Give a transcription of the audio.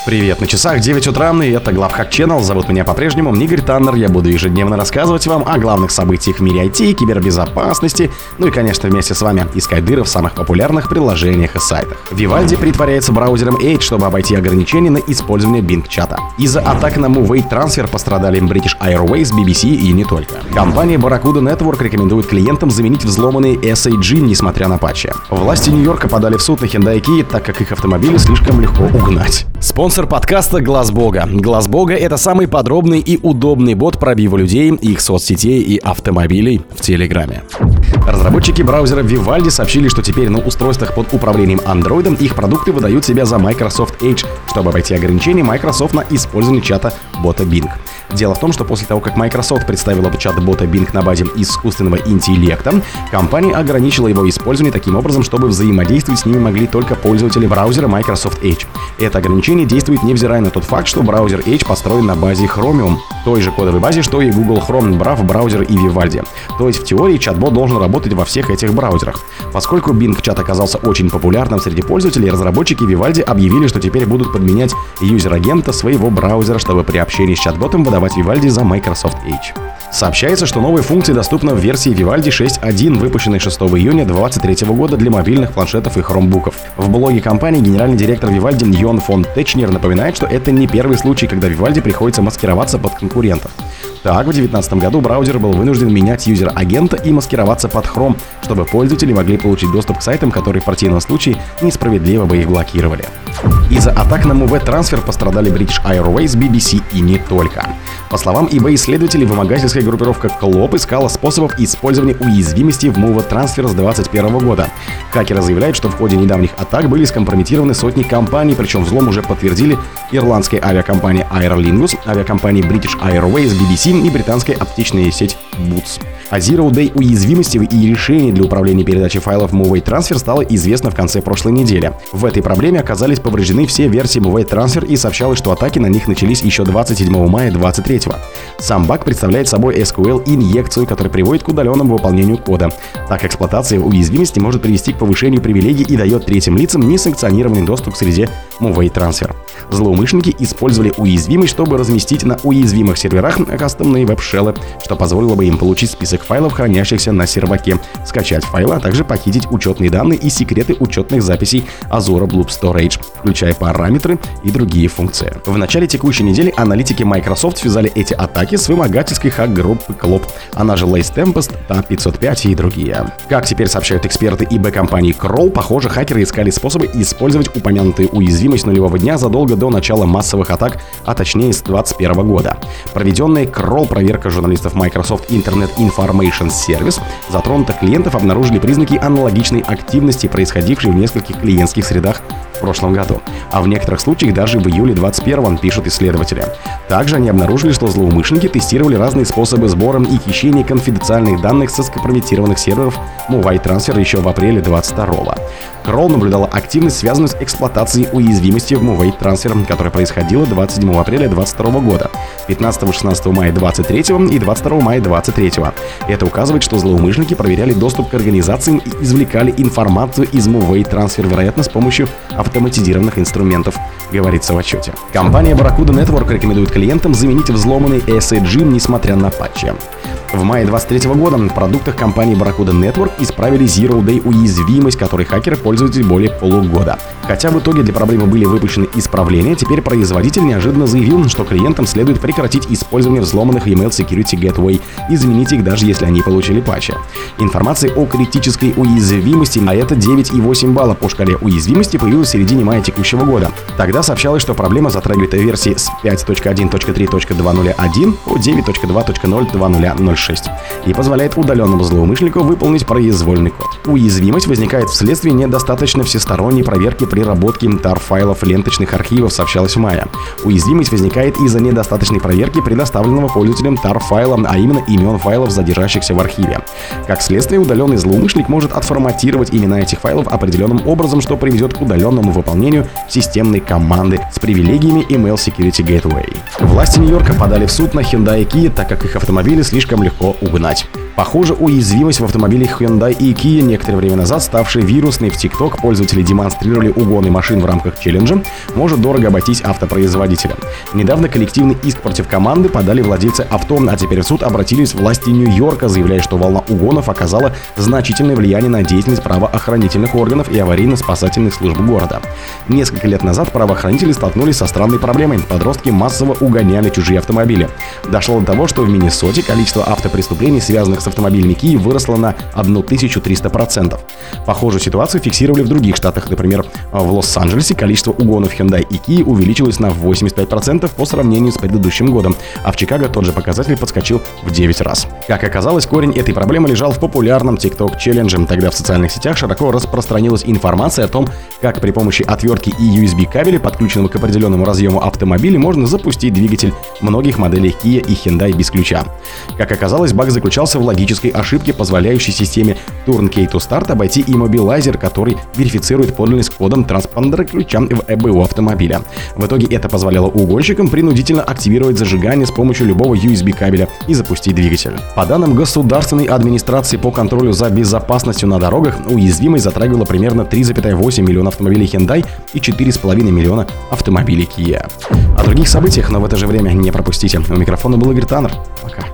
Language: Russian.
Привет, на часах 9 утра, и это Главхак Channel. Зовут меня по-прежнему Игорь Таннер. Я буду ежедневно рассказывать вам о главных событиях в мире IT, кибербезопасности, ну и, конечно, вместе с вами искать дыры в самых популярных приложениях и сайтах. Vivaldi притворяется браузером Edge, чтобы обойти ограничения на использование Bing-чата. Из-за атак на Move Transfer пострадали British Airways, BBC и не только. Компания Barracuda Network рекомендует клиентам заменить взломанные SAG, несмотря на патчи. Власти Нью-Йорка подали в суд на Hyundai Kia, так как их автомобили слишком легко угнать. Спонсор подкаста — Глаз Бога. Глаз Бога — это самый подробный и удобный бот пробива людей, их соцсетей и автомобилей в Телеграме. Разработчики браузера Vivaldi сообщили, что теперь на устройствах под управлением Android их продукты выдают себя за Microsoft Edge, чтобы обойти ограничения Microsoft на использование чата бота Bing. Дело в том, что после того, как Microsoft представила чат-бота Bing на базе искусственного интеллекта, компания ограничила его использование таким образом, чтобы взаимодействовать с ними могли только пользователи браузера Microsoft Edge. Это ограничение действует невзирая на тот факт, что браузер Edge построен на базе Chromium, той же кодовой базе, что и Google Chrome, Brave браузер и Vivaldi. То есть в теории чат-бот должен работать во всех этих браузерах. Поскольку Bing-чат оказался очень популярным среди пользователей, разработчики Vivaldi объявили, что теперь будут подменять юзер-агента своего браузера, чтобы при общении с чат-ботом выдавать Vivaldi за Microsoft Edge. Сообщается, что новые функции доступны в версии Vivaldi 6.1, выпущенной 6 июня 2023 года для мобильных планшетов и хромбуков. В блоге компании генеральный директор Vivaldi Йон фон Течнер напоминает, что это не первый случай, когда Vivaldi приходится маскироваться под конкурентов. Так, в 2019 году браузер был вынужден менять юзер-агента и маскироваться под Chrome, чтобы пользователи могли получить доступ к сайтам, которые в противном случае несправедливо бы их блокировали. Из-за атак на Move Transfer пострадали British Airways, BBC и не только. По словам eBay-исследователей, вымогательская группировка Clop искала способов использования уязвимости в Move Transfer с 2021 года. Хакеры заявляют, что в ходе недавних атак были скомпрометированы сотни компаний, причем взлом уже подтвердили ирландская авиакомпания Aer Lingus, авиакомпания British Airways, BBC и британская аптечная сеть Boots. О Zero Day уязвимости и решении для управления передачей файлов Move Transfer стало известно в конце прошлой недели. В этой проблеме оказались повреждены все версии Move Transfer и сообщалось, что атаки на них начались еще 27 мая 2023. Сам баг представляет собой SQL-инъекцию, которая приводит к удаленному выполнению кода. Так, эксплуатация уязвимости может привести к повышению привилегий и дает третьим лицам несанкционированный доступ к среде Move Transfer. Злоумышленники использовали уязвимость, чтобы разместить на уязвимых серверах кастомные веб-шеллы, что позволило бы им получить список файлов, хранящихся на серваке, скачать файлы, а также похитить учетные данные и секреты учетных записей Azure Blob Storage, включая параметры и другие функции. В начале текущей недели аналитики Microsoft связали эти атаки с вымогательской хак-группы Clop, она же Lace Tempest, TAP505 и другие. Как теперь сообщают эксперты ИБ-компании Kroll, похоже, хакеры искали способы использовать упомянутую уязвимость нулевого дня задолго до начала массовых атак, а точнее с 2021 года. Проведенная Kroll проверка журналистов Microsoft Internet Information Service затронутых клиентов обнаружили признаки аналогичной активности, происходившей в нескольких клиентских средах в прошлом году, а в некоторых случаях даже в июле 2021, пишут исследователи. Также они обнаружили, что злоумышленники тестировали разные способы сбора и хищения конфиденциальных данных со скомпрометированных серверов Move Transfer еще в апреле 2022. Kroll наблюдала активность, связанную с эксплуатацией уязвимости в Move Transfer, которая происходила 27 апреля 2022 года, 15-16 мая 2023 и 22 мая 2023. Это указывает, что злоумышленники проверяли доступ к организациям и извлекали информацию из Move Transfer, вероятно, с помощью автоматизированных инструментов, говорится в отчете. Компания Barracuda Network рекомендует клиентам заменить взломанный SAG, несмотря на патчи. В мае 2023 года в продуктах компании Barracuda Network исправили Zero Day уязвимость, которой хакеры пользуются более полугода. Хотя в итоге для проблемы были выпущены исправления, теперь производитель неожиданно заявил, что клиентам следует прекратить использование взломанных Email Security Gateway и заменить их, даже если они получили патчи. Информация о критической уязвимости, а это 9,8 балла по шкале уязвимости, появилась в середине мая текущего года. Тогда сообщалось, что проблема затрагивает версии с 5.1.3.201 по 9.2.0.2006 и позволяет удаленному злоумышленнику выполнить произвольный код. Уязвимость возникает вследствие недостаточно всесторонней проверки приработки TAR-файлов ленточных архивов, сообщалось в мае. Уязвимость возникает из-за недостаточной проверки предоставленного пользователем TAR-файла, а именно имен файлов, содержащихся в архиве. Как следствие, удаленный злоумышленник может отформатировать имена этих файлов определенным образом, что приведет к удаленному выполнению системной команды с привилегиями Email Security Gateway. Власти Нью-Йорка подали в суд на Hyundai Kia, так как их автомобили слишком легко угнать. Похоже, уязвимость в автомобилях Hyundai и Kia, некоторое время назад ставшей вирусной в TikTok, пользователи демонстрировали угоны машин в рамках челленджа, может дорого обойтись автопроизводителям. Недавно коллективный иск против команды подали владельцы авто, а теперь в суд обратились власти Нью-Йорка, заявляя, что волна угонов оказала значительное влияние на деятельность правоохранительных органов и аварийно-спасательных служб города. Несколько лет назад правоохранители столкнулись со странной проблемой. Подростки массово угоняли чужие автомобили. Дошло до того, что в Миннесоте количество автопреступлений, связанных с автомобилями Kia, выросло на 1300%. Похожую ситуацию фиксировали в других штатах. Например, в Лос-Анджелесе количество угонов Hyundai и Kia увеличилось на 85% по сравнению с предыдущим годом, а в Чикаго тот же показатель подскочил в 9 раз. Как оказалось, корень этой проблемы лежал в популярном TikTok челлендже. Тогда в социальных сетях широко распространилась информация о том, как при помощи отвертки и USB кабеля, подключенного к определенному разъему автомобиля, можно запустить двигатель многих моделей Kia и Hyundai без ключа. Как оказалось, баг заключался в логической ошибке, позволяющей системе Turnkey to Start обойти иммобилайзер, который верифицирует подлинность кодом транспондера ключа в ЭБУ автомобиля. В итоге это позволяло угонщикам принудительно активировать зажигание с помощью любого USB кабеля и запустить двигатель. По данным Государственной администрации по контролю за безопасностью на дорогах, уязвимость затрагивала примерно 3,8 миллиона автомобилей Hyundai и 4,5 миллиона автомобилей Kia. О других событиях, но в это же время не пропустите. У микрофона был Игорь Таннер. Пока.